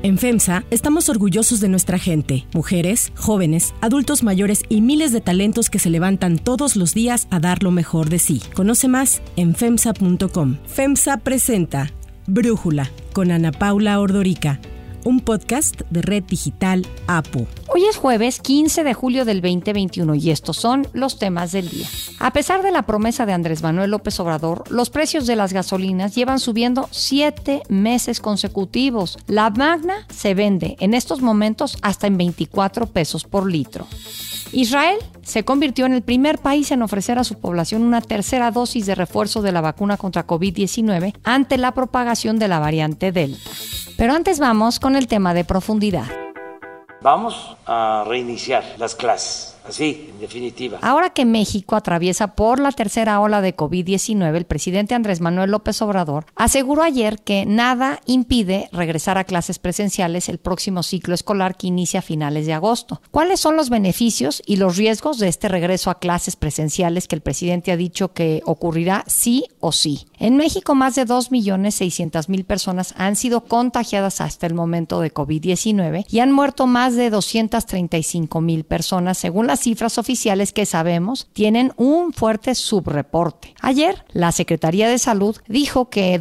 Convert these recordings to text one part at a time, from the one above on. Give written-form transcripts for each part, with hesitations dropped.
En FEMSA estamos orgullosos de nuestra gente, mujeres, jóvenes, adultos mayores y miles de talentos que se levantan todos los días a dar lo mejor de sí. Conoce más en FEMSA.com. FEMSA presenta Brújula con Ana Paula Ordorica, un podcast de Red Digital APU. Hoy es jueves 15 de julio del 2021 y estos son los temas del día. A pesar de la promesa de Andrés Manuel López Obrador, los precios de las gasolinas llevan subiendo 7 meses consecutivos. La Magna se vende en estos momentos hasta en 24 pesos por litro. Israel se convirtió en el primer país en ofrecer a su población una tercera dosis de refuerzo de la vacuna contra COVID-19 ante la propagación de la variante Delta. Pero antes vamos con el tema de profundidad. Vamos a reiniciar las clases, así, en definitiva. Ahora que México atraviesa por la tercera ola de COVID-19, el presidente Andrés Manuel López Obrador aseguró ayer que nada impide regresar a clases presenciales el próximo ciclo escolar que inicia a finales de agosto. ¿Cuáles son los beneficios y los riesgos de este regreso a clases presenciales que el presidente ha dicho que ocurrirá sí o sí? En México, más de 2.600.000 personas han sido contagiadas hasta el momento de COVID-19 y han muerto más de 235.000 personas, según las cifras oficiales que sabemos tienen un fuerte subreporte. Ayer, la Secretaría de Salud dijo que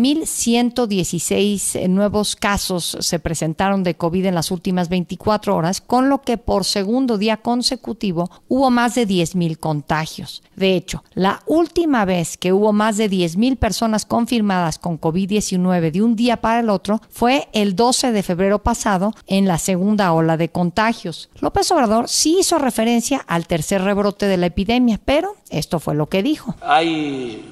12.116 nuevos casos se presentaron de COVID en las últimas 24 horas, con lo que por segundo día consecutivo hubo más de 10.000 contagios. De hecho, la última vez que hubo más de 10.000 personas confirmadas con COVID-19 de un día para el otro fue el 12 de febrero pasado en la segunda ola de contagios. López Obrador sí hizo referencia al tercer rebrote de la epidemia, pero esto fue lo que dijo. Hay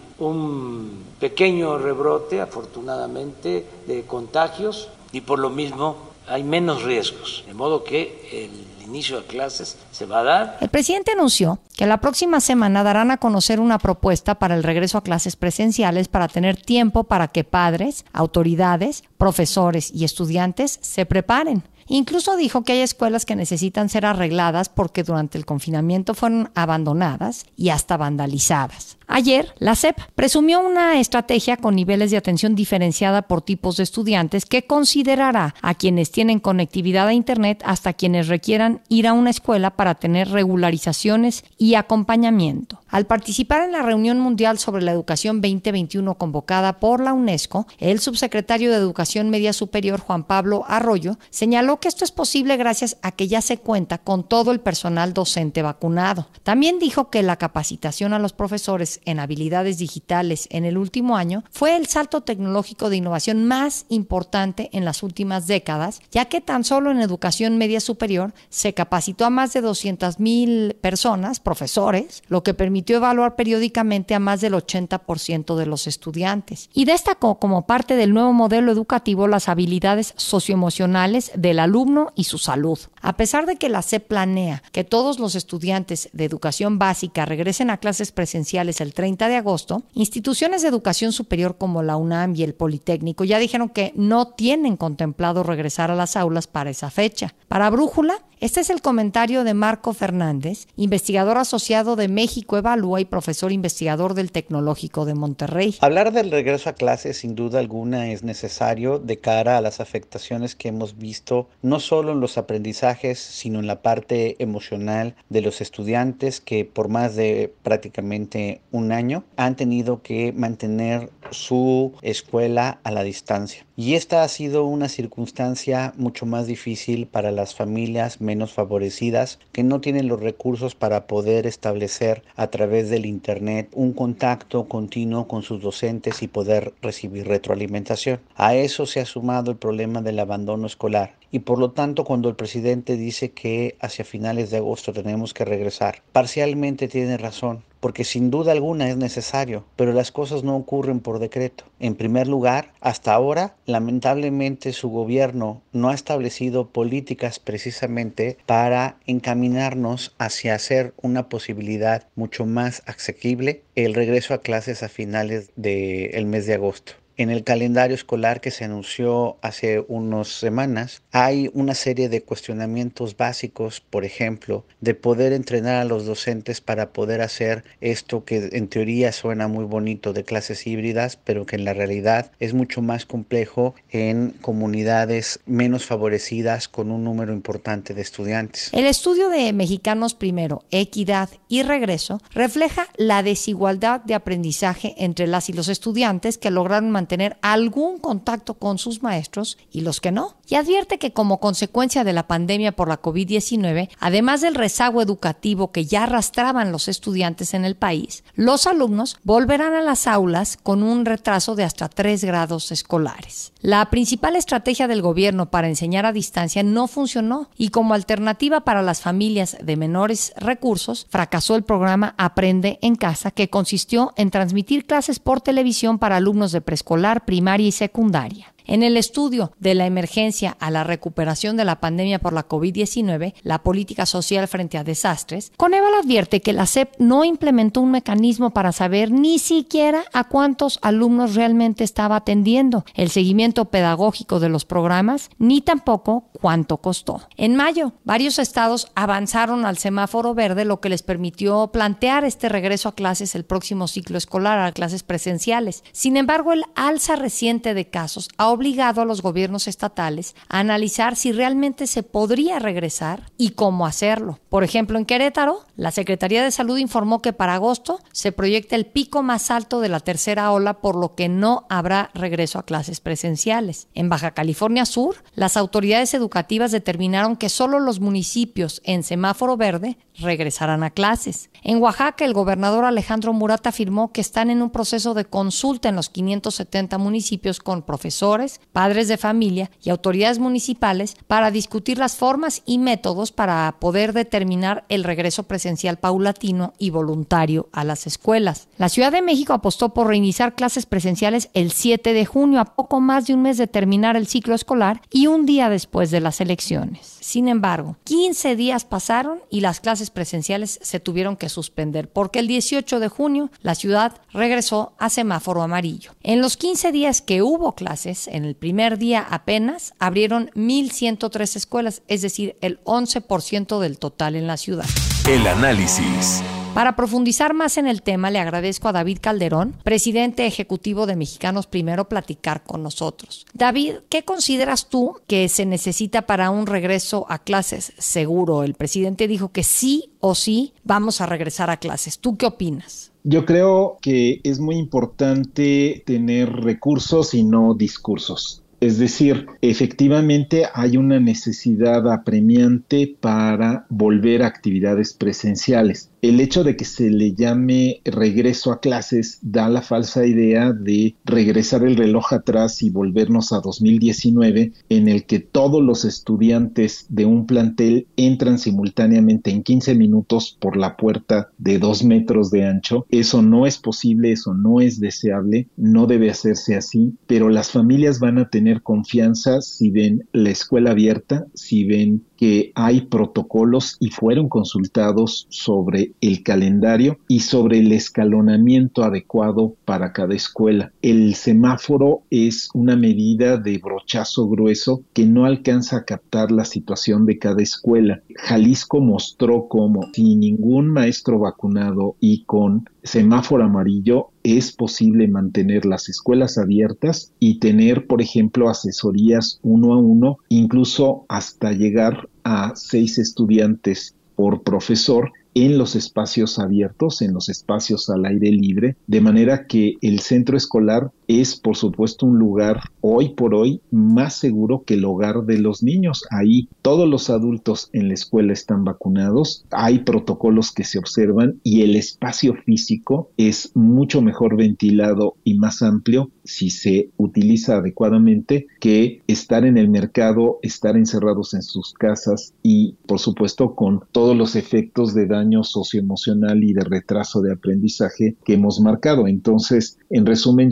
un pequeño rebrote, afortunadamente, de contagios y por lo mismo hay menos riesgos, de modo que el inicio de clases se va a dar. El presidente anunció que la próxima semana darán a conocer una propuesta para el regreso a clases presenciales para tener tiempo para que padres, autoridades, profesores y estudiantes se preparen. Incluso dijo que hay escuelas que necesitan ser arregladas porque durante el confinamiento fueron abandonadas y hasta vandalizadas. Ayer, la SEP presumió una estrategia con niveles de atención diferenciada por tipos de estudiantes que considerará a quienes tienen conectividad a Internet hasta quienes requieran ir a una escuela para tener regularizaciones y acompañamiento. Al participar en la reunión mundial sobre la educación 2021 convocada por la UNESCO, el subsecretario de Educación Media Superior, Juan Pablo Arroyo, señaló que esto es posible gracias a que ya se cuenta con todo el personal docente vacunado. También dijo que la capacitación a los profesores en habilidades digitales en el último año fue el salto tecnológico de innovación más importante en las últimas décadas, ya que tan solo en educación media superior se capacitó a más de 200.000 personas, profesores, lo que permitió evaluar periódicamente a más del 80% de los estudiantes. Y destacó como parte del nuevo modelo educativo las habilidades socioemocionales del alumno y su salud. A pesar de que la SEP planea que todos los estudiantes de educación básica regresen a clases presenciales el 30 de agosto, instituciones de educación superior como la UNAM y el Politécnico ya dijeron que no tienen contemplado regresar a las aulas para esa fecha. Para Brújula, este es el comentario de Marco Fernández, investigador asociado de México Evalúa y profesor investigador del Tecnológico de Monterrey. Hablar del regreso a clases sin duda alguna es necesario de cara a las afectaciones que hemos visto no solo en los aprendizajes, sino en la parte emocional de los estudiantes que por más de prácticamente un año han tenido que mantener su escuela a la distancia. Y esta ha sido una circunstancia mucho más difícil para las familias menos favorecidas que no tienen los recursos para poder establecer a través del internet un contacto continuo con sus docentes y poder recibir retroalimentación. A eso se ha sumado el problema del abandono escolar y por lo tanto cuando el presidente dice que hacia finales de agosto tenemos que regresar, parcialmente tiene razón. Porque sin duda alguna es necesario, pero las cosas no ocurren por decreto. En primer lugar, hasta ahora, lamentablemente su gobierno no ha establecido políticas precisamente para encaminarnos hacia hacer una posibilidad mucho más asequible el regreso a clases a finales del mes de agosto. En el calendario escolar que se anunció hace unas semanas, hay una serie de cuestionamientos básicos, por ejemplo, de poder entrenar a los docentes para poder hacer esto que en teoría suena muy bonito de clases híbridas, pero que en la realidad es mucho más complejo en comunidades menos favorecidas con un número importante de estudiantes. El estudio de Mexicanos Primero, Equidad y Regreso refleja la desigualdad de aprendizaje entre las y los estudiantes que lograron mantener algún contacto con sus maestros y los que no. Y advierte que como consecuencia de la pandemia por la COVID-19, además del rezago educativo que ya arrastraban los estudiantes en el país, los alumnos volverán a las aulas con un retraso de hasta 3 grados escolares. La principal estrategia del gobierno para enseñar a distancia no funcionó y como alternativa para las familias de menores recursos, fracasó el programa Aprende en Casa, que consistió en transmitir clases por televisión para alumnos de preescolar, primaria y secundaria. En el estudio de la emergencia a la recuperación de la pandemia por la COVID-19, la política social frente a desastres, Coneval advierte que la SEP no implementó un mecanismo para saber ni siquiera a cuántos alumnos realmente estaba atendiendo, el seguimiento pedagógico de los programas, ni tampoco cuánto costó. En mayo, varios estados avanzaron al semáforo verde, lo que les permitió plantear este regreso a clases el próximo ciclo escolar, a clases presenciales. Sin embargo, el alza reciente de casos ha obligado a los gobiernos estatales a analizar si realmente se podría regresar y cómo hacerlo. Por ejemplo, en Querétaro, la Secretaría de Salud informó que para agosto se proyecta el pico más alto de la tercera ola, por lo que no habrá regreso a clases presenciales. En Baja California Sur, las autoridades educativas determinaron que solo los municipios en semáforo verde regresarán a clases. En Oaxaca, el gobernador Alejandro Murat afirmó que están en un proceso de consulta en los 570 municipios con profesores, padres de familia y autoridades municipales para discutir las formas y métodos para poder determinar el regreso presencial paulatino y voluntario a las escuelas. La Ciudad de México apostó por reiniciar clases presenciales el 7 de junio, a poco más de un mes de terminar el ciclo escolar y un día después de las elecciones. Sin embargo, 15 días pasaron y las clases presenciales se tuvieron que suspender porque el 18 de junio la ciudad regresó a semáforo amarillo. En los 15 días que hubo clases, en el primer día apenas abrieron 1,103 escuelas, es decir, el 11% del total en la ciudad. El análisis. Para profundizar más en el tema, le agradezco a David Calderón, presidente ejecutivo de Mexicanos Primero, platicar con nosotros. David, ¿qué consideras tú que se necesita para un regreso a clases seguro? El presidente dijo que sí o sí vamos a regresar a clases. ¿Tú qué opinas? Yo creo que es muy importante tener recursos y no discursos. Es decir, efectivamente hay una necesidad apremiante para volver a actividades presenciales. El hecho de que se le llame regreso a clases da la falsa idea de regresar el reloj atrás y volvernos a 2019, en el que todos los estudiantes de un plantel entran simultáneamente en 15 minutos por la puerta de 2 metros de ancho. Eso no es posible, eso no es deseable, no debe hacerse así, pero las familias van a tener confianza si ven la escuela abierta, si ven que hay protocolos y fueron consultados sobre el calendario y sobre el escalonamiento adecuado para cada escuela. El semáforo es una medida de brochazo grueso que no alcanza a captar la situación de cada escuela. Jalisco mostró cómo sin ningún maestro vacunado y con semáforo amarillo es posible mantener las escuelas abiertas y tener, por ejemplo, asesorías 1 a 1, incluso hasta llegar a 6 estudiantes por profesor en los espacios abiertos, en los espacios al aire libre, de manera que el centro escolar es, por supuesto, un lugar hoy por hoy más seguro que el hogar de los niños. Ahí todos los adultos en la escuela están vacunados, hay protocolos que se observan y el espacio físico es mucho mejor ventilado y más amplio si se utiliza adecuadamente que estar en el mercado, estar encerrados en sus casas y, por supuesto, con todos los efectos de daño socioemocional y de retraso de aprendizaje que hemos marcado. Entonces, en resumen, yo digo, hay que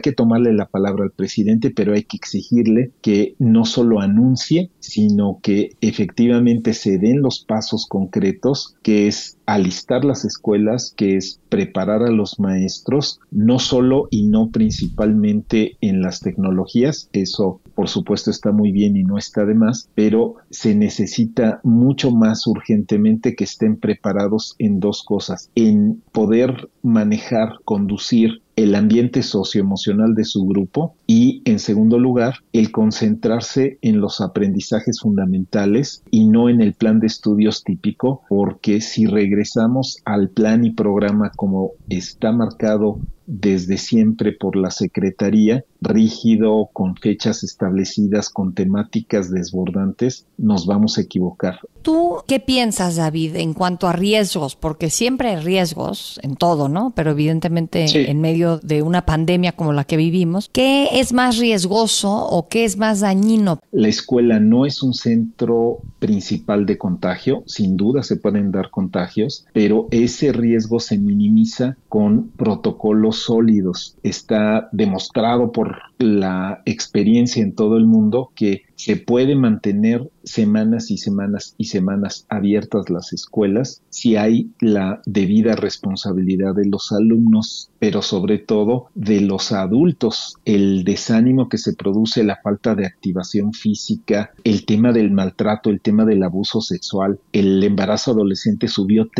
que tomarle la palabra al presidente, pero hay que exigirle que no solo anuncie, sino que efectivamente se den los pasos concretos, que es alistar las escuelas, que es preparar a los maestros, no solo y no principalmente en las tecnologías, eso por supuesto está muy bien y no está de más, pero se necesita mucho más urgentemente que estén preparados en dos cosas, en poder manejar, conducir el ambiente socioemocional de su grupo y, en segundo lugar, el concentrarse en los aprendizajes fundamentales y no en el plan de estudios típico, porque si regresamos al plan y programa como está marcado desde siempre por la Secretaría, rígido, con fechas establecidas, con temáticas desbordantes, nos vamos a equivocar. ¿Tú qué piensas, David, en cuanto a riesgos? Porque siempre hay riesgos en todo, ¿no? Pero evidentemente sí, en medio de una pandemia como la que vivimos, ¿qué es más riesgoso o qué es más dañino? La escuela no es un centro principal de contagio, sin duda se pueden dar contagios, pero ese riesgo se minimiza con protocolos sólidos. Está demostrado por la experiencia en todo el mundo que se puede mantener semanas y semanas y semanas abiertas las escuelas si hay la debida responsabilidad de los alumnos, pero sobre todo de los adultos. El desánimo que se produce, la falta de activación física, el tema del maltrato, el tema del abuso sexual, el embarazo adolescente subió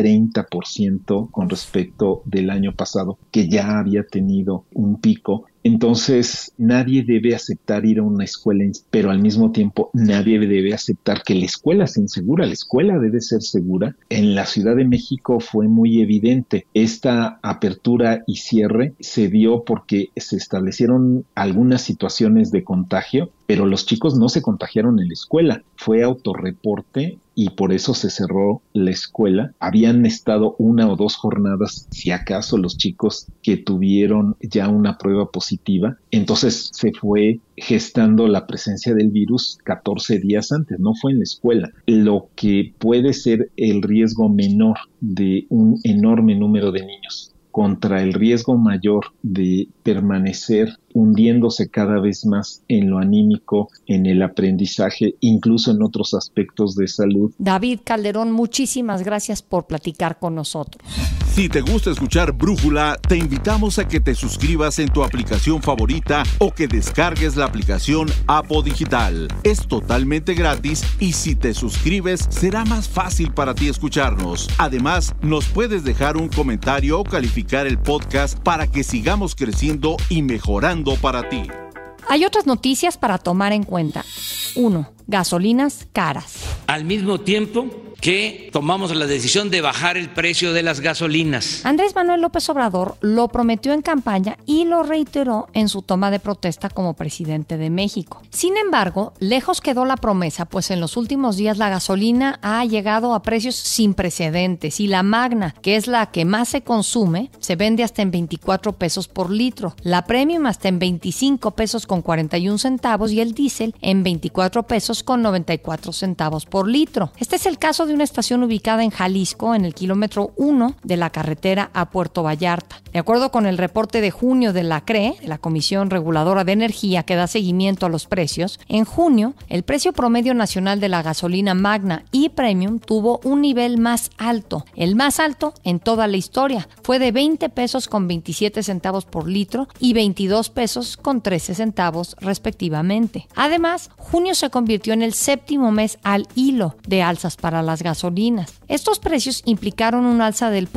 30% con respecto del año pasado, que ya había tenido un pico. Entonces, nadie debe aceptar ir a una escuela, pero al mismo tiempo nadie debe aceptar que la escuela sea insegura. La escuela debe ser segura. En la Ciudad de México fue muy evidente. Esta apertura y cierre se dio porque se establecieron algunas situaciones de contagio, pero los chicos no se contagiaron en la escuela. Fue autorreporte y por eso se cerró la escuela. Habían estado 1 o 2 jornadas, si acaso, los chicos que tuvieron ya una prueba positiva. Entonces se fue gestando la presencia del virus 14 días antes, no fue en la escuela. Lo que puede ser el riesgo menor de un enorme número de niños contra el riesgo mayor de permanecer hundiéndose cada vez más en lo anímico, en el aprendizaje, incluso en otros aspectos de salud. David Calderón, muchísimas gracias por platicar con nosotros. Si te gusta escuchar Brújula, te invitamos a que te suscribas en tu aplicación favorita o que descargues la aplicación Apo Digital. Es totalmente gratis y si te suscribes será más fácil para ti escucharnos. Además, nos puedes dejar un comentario o calificar el podcast para que sigamos creciendo y mejorando para ti. Hay otras noticias para tomar en cuenta. 1. Gasolinas caras. Al mismo tiempo que tomamos la decisión de bajar el precio de las gasolinas. Andrés Manuel López Obrador lo prometió en campaña y lo reiteró en su toma de protesta como presidente de México. Sin embargo, lejos quedó la promesa, pues en los últimos días la gasolina ha llegado a precios sin precedentes y la Magna, que es la que más se consume, se vende hasta en 24 pesos por litro, la Premium hasta en 25 pesos con 41 centavos y el diésel en 24 pesos con 94 centavos por litro. Este es el caso de una estación ubicada en Jalisco, en el kilómetro 1 de la carretera a Puerto Vallarta. De acuerdo con el reporte de junio de la CRE, de la Comisión Reguladora de Energía, que da seguimiento a los precios, en junio el precio promedio nacional de la gasolina Magna y Premium tuvo un nivel más alto, el más alto en toda la historia. Fue de 20 pesos con 27 centavos por litro y 22 pesos con 13 centavos respectivamente. Además, junio se convirtió en el 7º mes al hilo de alzas para las gasolinas. Estos precios implicaron un alza del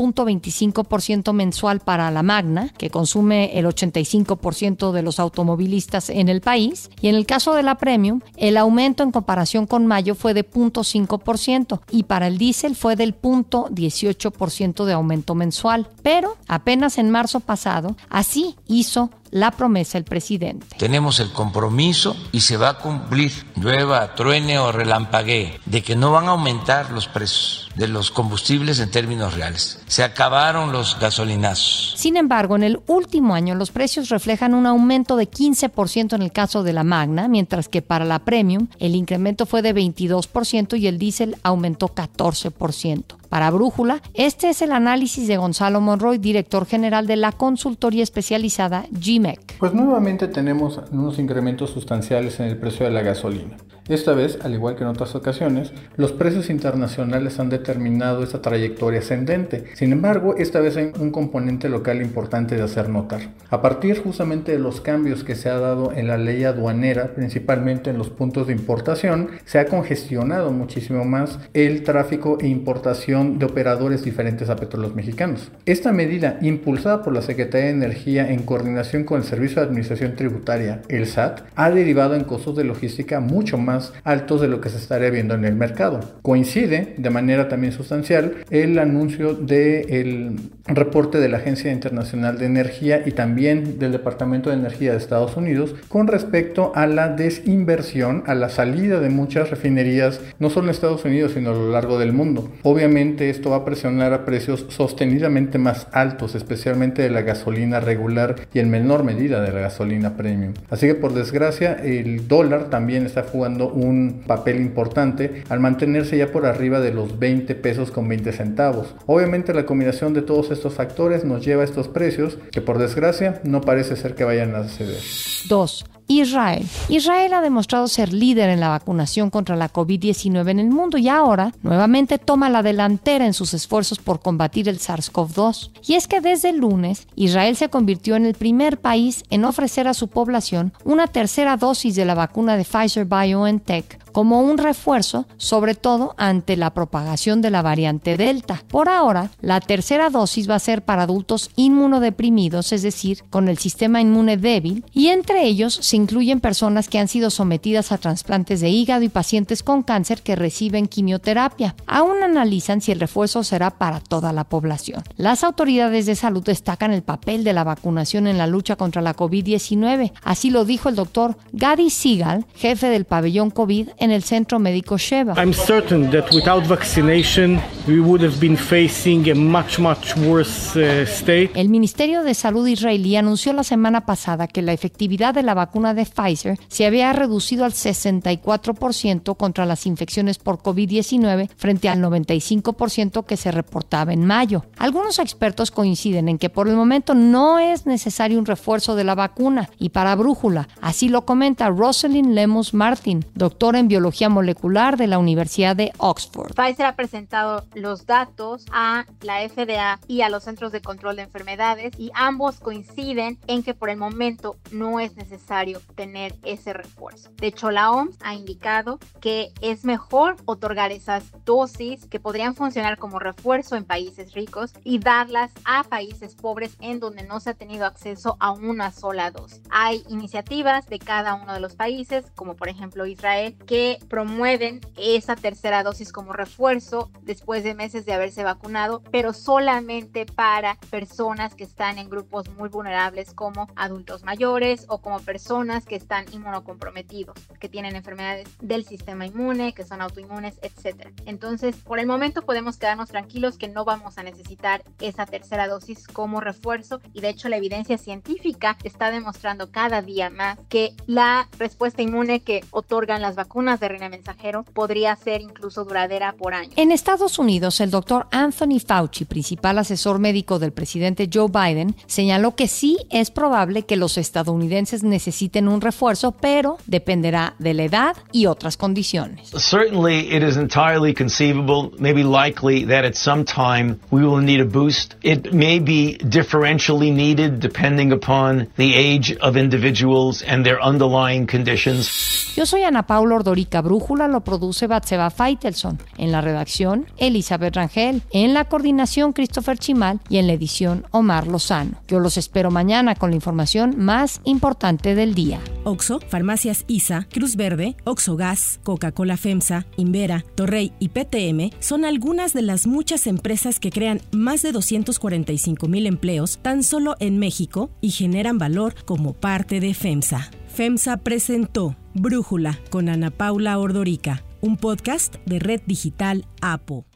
0.25% mensual para la Magna, que consume el 85% de los automovilistas en el país, y en el caso de la Premium, el aumento en comparación con mayo fue de 0.5% y para el diésel fue del 0.18% de aumento mensual. Pero apenas en marzo pasado, así hizo la promesa el presidente. Tenemos el compromiso y se va a cumplir, llueva, truene o relampaguee, de que no van a aumentar los precios de los combustibles en términos reales. Se acabaron los gasolinazos. Sin embargo, en el último año los precios reflejan un aumento de 15% en el caso de la Magna, mientras que para la Premium el incremento fue de 22% y el diésel aumentó 14%. Para Brújula, este es el análisis de Gonzalo Monroy, director general de la consultoría especializada GMEC. Pues nuevamente tenemos unos incrementos sustanciales en el precio de la gasolina. Esta vez, al igual que en otras ocasiones, los precios internacionales han determinado esta trayectoria ascendente. Sin embargo, esta vez hay un componente local importante de hacer notar. A partir justamente de los cambios que se ha dado en la ley aduanera, principalmente en los puntos de importación, se ha congestionado muchísimo más el tráfico e importación de operadores diferentes a Petróleos Mexicanos. Esta medida, impulsada por la Secretaría de Energía en coordinación con el Servicio de Administración Tributaria, el SAT, ha derivado en costos de logística mucho más altos de lo que se estaría viendo en el mercado. Coincide de manera también sustancial el anuncio del reporte de la Agencia Internacional de Energía y también del Departamento de Energía de Estados Unidos con respecto a la desinversión, a la salida de muchas refinerías, no solo en Estados Unidos, sino a lo largo del mundo. Obviamente esto va a presionar a precios sostenidamente más altos, especialmente de la gasolina regular y en menor medida de la gasolina premium. Así que por desgracia el dólar también está jugando un papel importante al mantenerse ya por arriba de los 20 pesos con 20 centavos. Obviamente la combinación de todos estos factores nos lleva a estos precios que por desgracia no parece ser que vayan a ceder. 2. Israel. Israel ha demostrado ser líder en la vacunación contra la COVID-19 en el mundo y ahora nuevamente toma la delantera en sus esfuerzos por combatir el SARS-CoV-2. Y es que desde el lunes, Israel se convirtió en el primer país en ofrecer a su población una tercera dosis de la vacuna de Pfizer-BioNTech como un refuerzo, sobre todo ante la propagación de la variante Delta. Por ahora, la tercera dosis va a ser para adultos inmunodeprimidos, es decir, con el sistema inmune débil, y entre ellos se incluyen personas que han sido sometidas a trasplantes de hígado y pacientes con cáncer que reciben quimioterapia. Aún analizan si el refuerzo será para toda la población. Las autoridades de salud destacan el papel de la vacunación en la lucha contra la COVID-19. Así lo dijo el doctor Gadi Segal, jefe del pabellón COVID en el Centro Médico Sheba. I'm certain that without vaccination we would have been facing a much worse state. El Ministerio de Salud israelí anunció la semana pasada que la efectividad de la vacuna de Pfizer se había reducido al 64% contra las infecciones por COVID-19 frente al 95% que se reportaba en mayo. Algunos expertos coinciden en que por el momento no es necesario un refuerzo de la vacuna y para Brújula, así lo comenta Rosalind Lemus Martin, doctora en biología molecular de la Universidad de Oxford. Pfizer ha presentado los datos a la FDA y a los Centros de Control de Enfermedades y ambos coinciden en que por el momento no es necesario tener ese refuerzo. De hecho, la OMS ha indicado que es mejor otorgar esas dosis que podrían funcionar como refuerzo en países ricos y darlas a países pobres en donde no se ha tenido acceso a una sola dosis. Hay iniciativas de cada uno de los países, como por ejemplo Israel, que promueven esa tercera dosis como refuerzo después de meses de haberse vacunado, pero solamente para personas que están en grupos muy vulnerables como adultos mayores o como personas que están inmunocomprometidos, que tienen enfermedades del sistema inmune, que son autoinmunes, etc. Entonces, por el momento podemos quedarnos tranquilos que no vamos a necesitar esa tercera dosis como refuerzo y de hecho la evidencia científica está demostrando cada día más que la respuesta inmune que otorgan las vacunas de RNA mensajero podría ser incluso duradera por años. En Estados Unidos, el doctor Anthony Fauci, principal asesor médico del presidente Joe Biden, señaló que sí es probable que los estadounidenses necesiten un refuerzo, pero dependerá de la edad y otras condiciones. Certainly, it is entirely conceivable, maybe likely, that at some time we will need a boost. It may be differentially needed depending upon the age of individuals and their underlying conditions. Yo soy Ana Paula Ordorica. Brújula lo produce Batseba Feitelson. En la redacción, Elizabeth Rangel. En la coordinación, Christopher Chimal. Y en la edición, Omar Lozano. Yo los espero mañana con la información más importante del día. Oxxo, Farmacias ISA, Cruz Verde, Oxxo Gas, Coca-Cola FEMSA, Invera, Torrey y PTM son algunas de las muchas empresas que crean más de 245,000 empleos tan solo en México y generan valor como parte de FEMSA. FEMSA presentó Brújula con Ana Paula Ordorica, un podcast de Red Digital APO.